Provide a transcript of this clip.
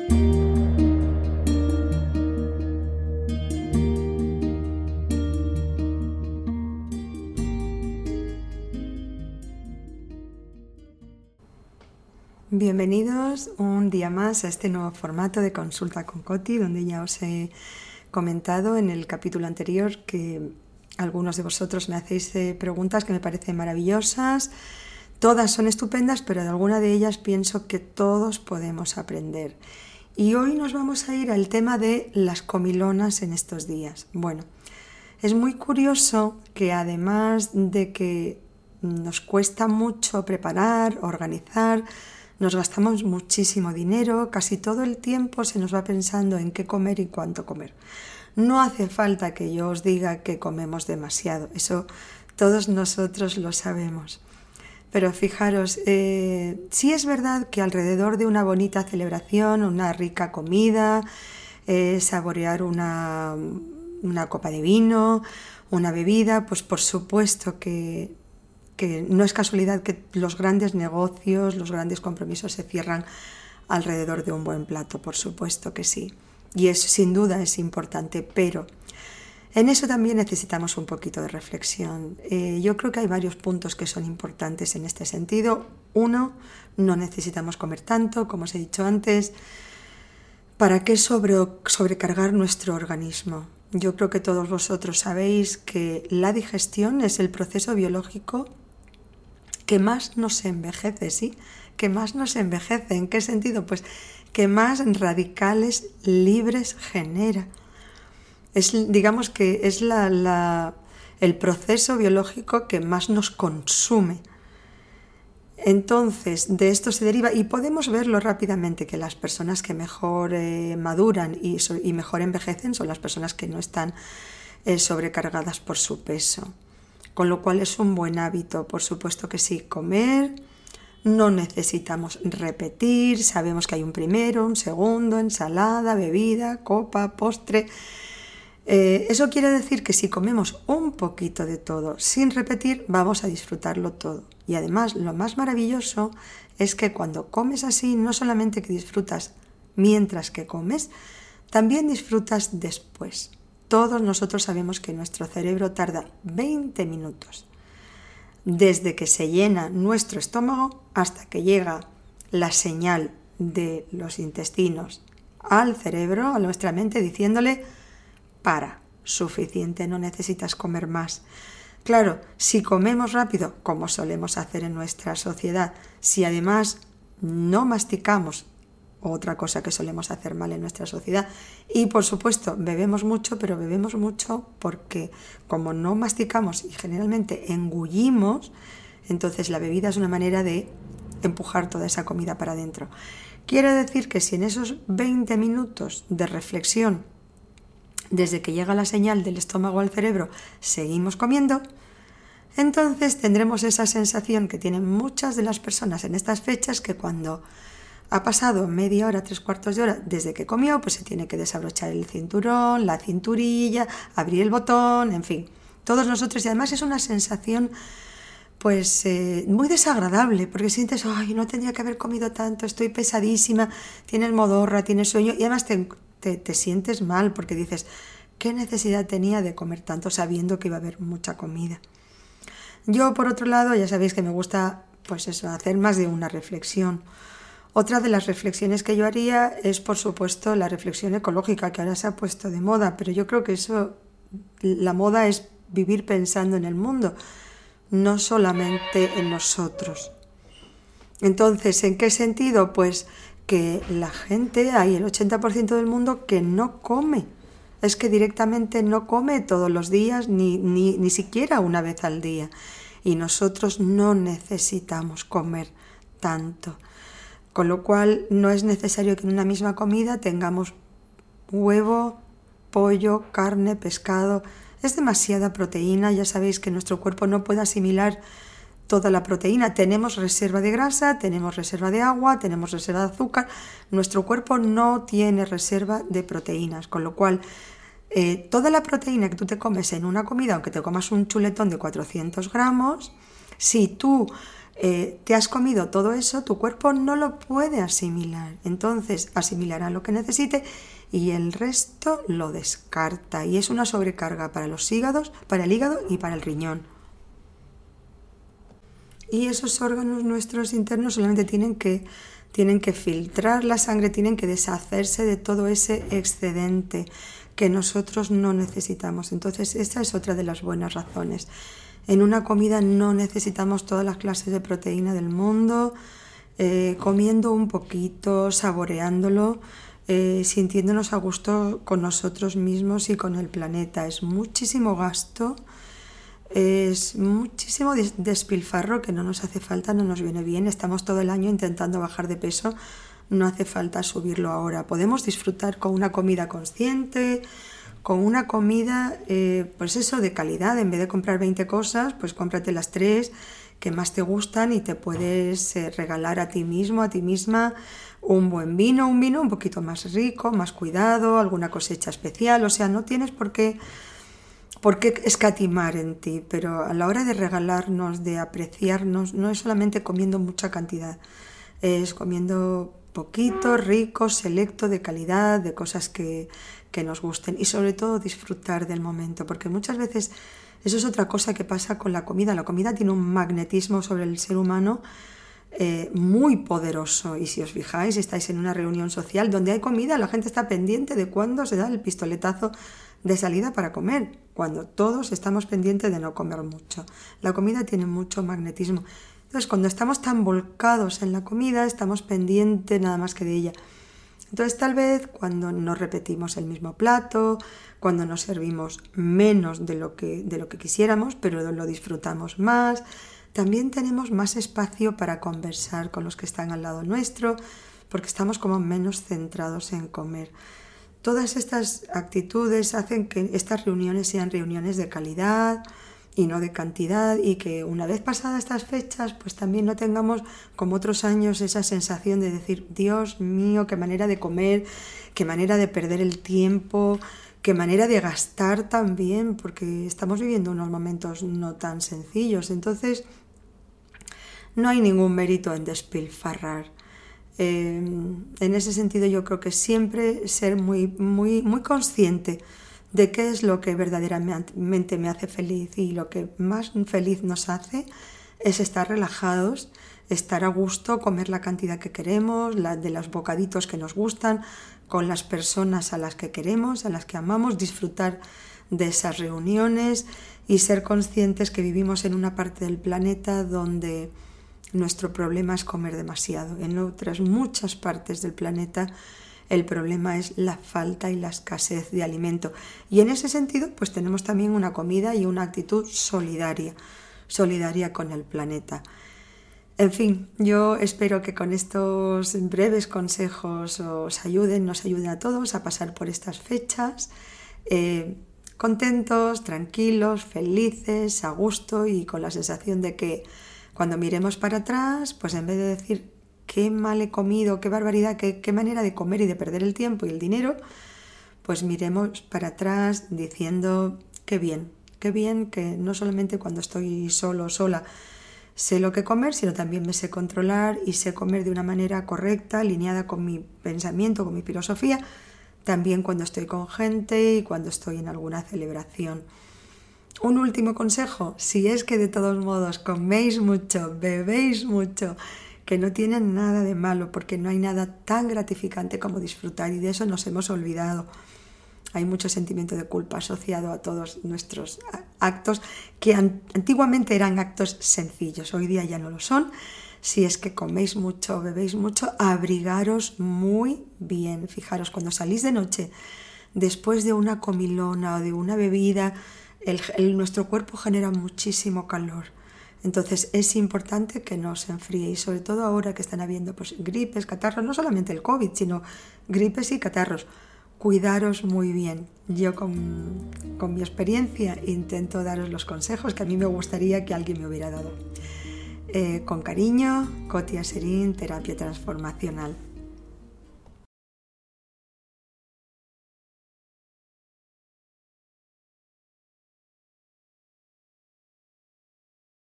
Bienvenidos un día más a este nuevo formato de Consulta con Coti, donde ya os he comentado en el capítulo anterior que algunos de vosotros me hacéis preguntas que me parecen maravillosas. Todas son estupendas, pero de alguna de ellas pienso que todos podemos aprender. Y hoy nos vamos a ir al tema de las comilonas en estos días. Bueno, es muy curioso que además de que nos cuesta mucho preparar, organizar, nos gastamos muchísimo dinero, casi todo el tiempo se nos va pensando en qué comer y cuánto comer. No hace falta que yo os diga que comemos demasiado, eso todos nosotros lo sabemos. Pero fijaros, sí es verdad que alrededor de una bonita celebración, una rica comida, saborear una copa de vino, una bebida, pues por supuesto que no es casualidad que los grandes negocios, los grandes compromisos se cierran alrededor de un buen plato, por supuesto que sí. Y eso sin duda es importante, pero en eso también necesitamos un poquito de reflexión. Yo creo que hay varios puntos que son importantes en este sentido. Uno, no necesitamos comer tanto, como os he dicho antes. ¿Para qué sobrecargar nuestro organismo? Yo creo que todos vosotros sabéis que la digestión es el proceso biológico que más nos envejece, ¿sí? Que más nos envejece. ¿En qué sentido? Pues que más radicales libres genera. Digamos que es el proceso biológico que más nos consume. Entonces, de esto se deriva, y podemos verlo rápidamente, que las personas que mejor maduran y mejor envejecen son las personas que no están sobrecargadas por su peso. Con lo cual es un buen hábito, por supuesto que sí, comer, no necesitamos repetir, sabemos que hay un primero, un segundo, ensalada, bebida, copa, postre. Eso quiere decir que si comemos un poquito de todo sin repetir, vamos a disfrutarlo todo. Y además, lo más maravilloso es que cuando comes así, no solamente que disfrutas mientras que comes, también disfrutas después. Todos nosotros sabemos que nuestro cerebro tarda 20 minutos desde que se llena nuestro estómago hasta que llega la señal de los intestinos al cerebro, a nuestra mente, diciéndole: para, suficiente, no necesitas comer más. Claro, si comemos rápido, como solemos hacer en nuestra sociedad, si además no masticamos, otra cosa que solemos hacer mal en nuestra sociedad, y por supuesto bebemos mucho, pero bebemos mucho porque como no masticamos y generalmente engullimos, entonces la bebida es una manera de empujar toda esa comida para adentro. Quiere decir que si en esos 20 minutos de reflexión, desde que llega la señal del estómago al cerebro, seguimos comiendo, entonces tendremos esa sensación que tienen muchas de las personas en estas fechas, que cuando ha pasado media hora, 3/4 de hora desde que comió, pues se tiene que desabrochar el cinturón, la cinturilla, abrir el botón, en fin, todos nosotros. Y además es una sensación pues muy desagradable, porque sientes: ay, no tendría que haber comido tanto, estoy pesadísima, tienes modorra, tienes sueño, y además te sientes mal porque dices: ¿qué necesidad tenía de comer tanto sabiendo que iba a haber mucha comida? Yo, por otro lado, ya sabéis que me gusta pues eso, hacer más de una reflexión. Otra de las reflexiones que yo haría es, por supuesto, la reflexión ecológica, que ahora se ha puesto de moda, pero yo creo que la moda es vivir pensando en el mundo, no solamente en nosotros. Entonces, ¿en qué sentido? Pues que la gente, hay el 80% del mundo que no come. Es que directamente no come todos los días, ni siquiera una vez al día. Y nosotros no necesitamos comer tanto. Con lo cual no es necesario que en una misma comida tengamos huevo, pollo, carne, pescado. Es demasiada proteína, ya sabéis que nuestro cuerpo no puede asimilar toda la proteína. Tenemos reserva de grasa, tenemos reserva de agua, tenemos reserva de azúcar. Nuestro cuerpo no tiene reserva de proteínas, con lo cual toda la proteína que tú te comes en una comida, aunque te comas un chuletón de 400 gramos, si tú te has comido todo eso, tu cuerpo no lo puede asimilar. Entonces asimilará lo que necesite y el resto lo descarta. Y es una sobrecarga para los hígados, para el hígado y para el riñón. Y esos órganos nuestros internos solamente tienen que filtrar la sangre, tienen que deshacerse de todo ese excedente que nosotros no necesitamos. Entonces, esta es otra de las buenas razones. En una comida no necesitamos todas las clases de proteína del mundo, comiendo un poquito, saboreándolo, sintiéndonos a gusto con nosotros mismos y con el planeta. Es muchísimo gasto, es muchísimo despilfarro que no nos hace falta, no nos viene bien. Estamos todo el año intentando bajar de peso, no hace falta subirlo ahora. Podemos disfrutar con una comida consciente, con una comida, pues eso, de calidad. En vez de comprar 20 cosas, pues cómprate las 3 que más te gustan y te puedes regalar a ti mismo, a ti misma, un buen vino, un vino un poquito más rico, más cuidado, alguna cosecha especial. O sea, no tienes por qué escatimar en ti, pero a la hora de regalarnos, de apreciarnos, no es solamente comiendo mucha cantidad, es comiendo poquito, rico, selecto, de calidad, de cosas que nos gusten y sobre todo disfrutar del momento, porque muchas veces eso es otra cosa que pasa con la comida. La comida tiene un magnetismo sobre el ser humano muy poderoso, y si os fijáis, si estáis en una reunión social donde hay comida, la gente está pendiente de cuándo se da el pistoletazo de salida para comer, cuando todos estamos pendientes de no comer mucho. La comida tiene mucho magnetismo. Entonces, cuando estamos tan volcados en la comida, estamos pendientes nada más que de ella. Entonces, tal vez cuando no repetimos el mismo plato, cuando nos servimos menos de lo que quisiéramos, pero lo disfrutamos más, también tenemos más espacio para conversar con los que están al lado nuestro, porque estamos como menos centrados en comer. Todas estas actitudes hacen que estas reuniones sean reuniones de calidad y no de cantidad, y que una vez pasadas estas fechas, pues también no tengamos como otros años esa sensación de decir, Dios mío, qué manera de comer, qué manera de perder el tiempo, qué manera de gastar también, porque estamos viviendo unos momentos no tan sencillos. Entonces, no hay ningún mérito en despilfarrar. En ese sentido, yo creo que siempre ser muy, muy, muy consciente de qué es lo que verdaderamente me hace feliz, y lo que más feliz nos hace es estar relajados, estar a gusto, comer la cantidad que queremos, de los bocaditos que nos gustan, con las personas a las que queremos, a las que amamos, disfrutar de esas reuniones y ser conscientes que vivimos en una parte del planeta donde nuestro problema es comer demasiado. En otras muchas partes del planeta el problema es la falta y la escasez de alimento. Y en ese sentido, pues tenemos también una comida y una actitud solidaria con el planeta. En fin, yo espero que con estos breves consejos nos ayuden a todos a pasar por estas fechas contentos, tranquilos, felices, a gusto, y con la sensación de que cuando miremos para atrás, pues en vez de decir qué mal he comido, qué barbaridad, qué manera de comer y de perder el tiempo y el dinero, pues miremos para atrás diciendo qué bien que no solamente cuando estoy solo o sola sé lo que comer, sino también me sé controlar y sé comer de una manera correcta, alineada con mi pensamiento, con mi filosofía, también cuando estoy con gente y cuando estoy en alguna celebración. Un último consejo, si es que de todos modos coméis mucho, bebéis mucho, que no tienen nada de malo, porque no hay nada tan gratificante como disfrutar, y de eso nos hemos olvidado. Hay mucho sentimiento de culpa asociado a todos nuestros actos que antiguamente eran actos sencillos, hoy día ya no lo son. Si es que coméis mucho, bebéis mucho, abrigaros muy bien. Fijaros, cuando salís de noche, después de una comilona o de una bebida, nuestro cuerpo genera muchísimo calor. Entonces es importante que no os enfriéis, sobre todo ahora que están habiendo pues, gripes, catarros, no solamente el COVID, sino gripes y catarros. Cuidaros muy bien. Yo con mi experiencia intento daros los consejos que a mí me gustaría que alguien me hubiera dado. Con cariño, Cotia Serín, Terapia Transformacional.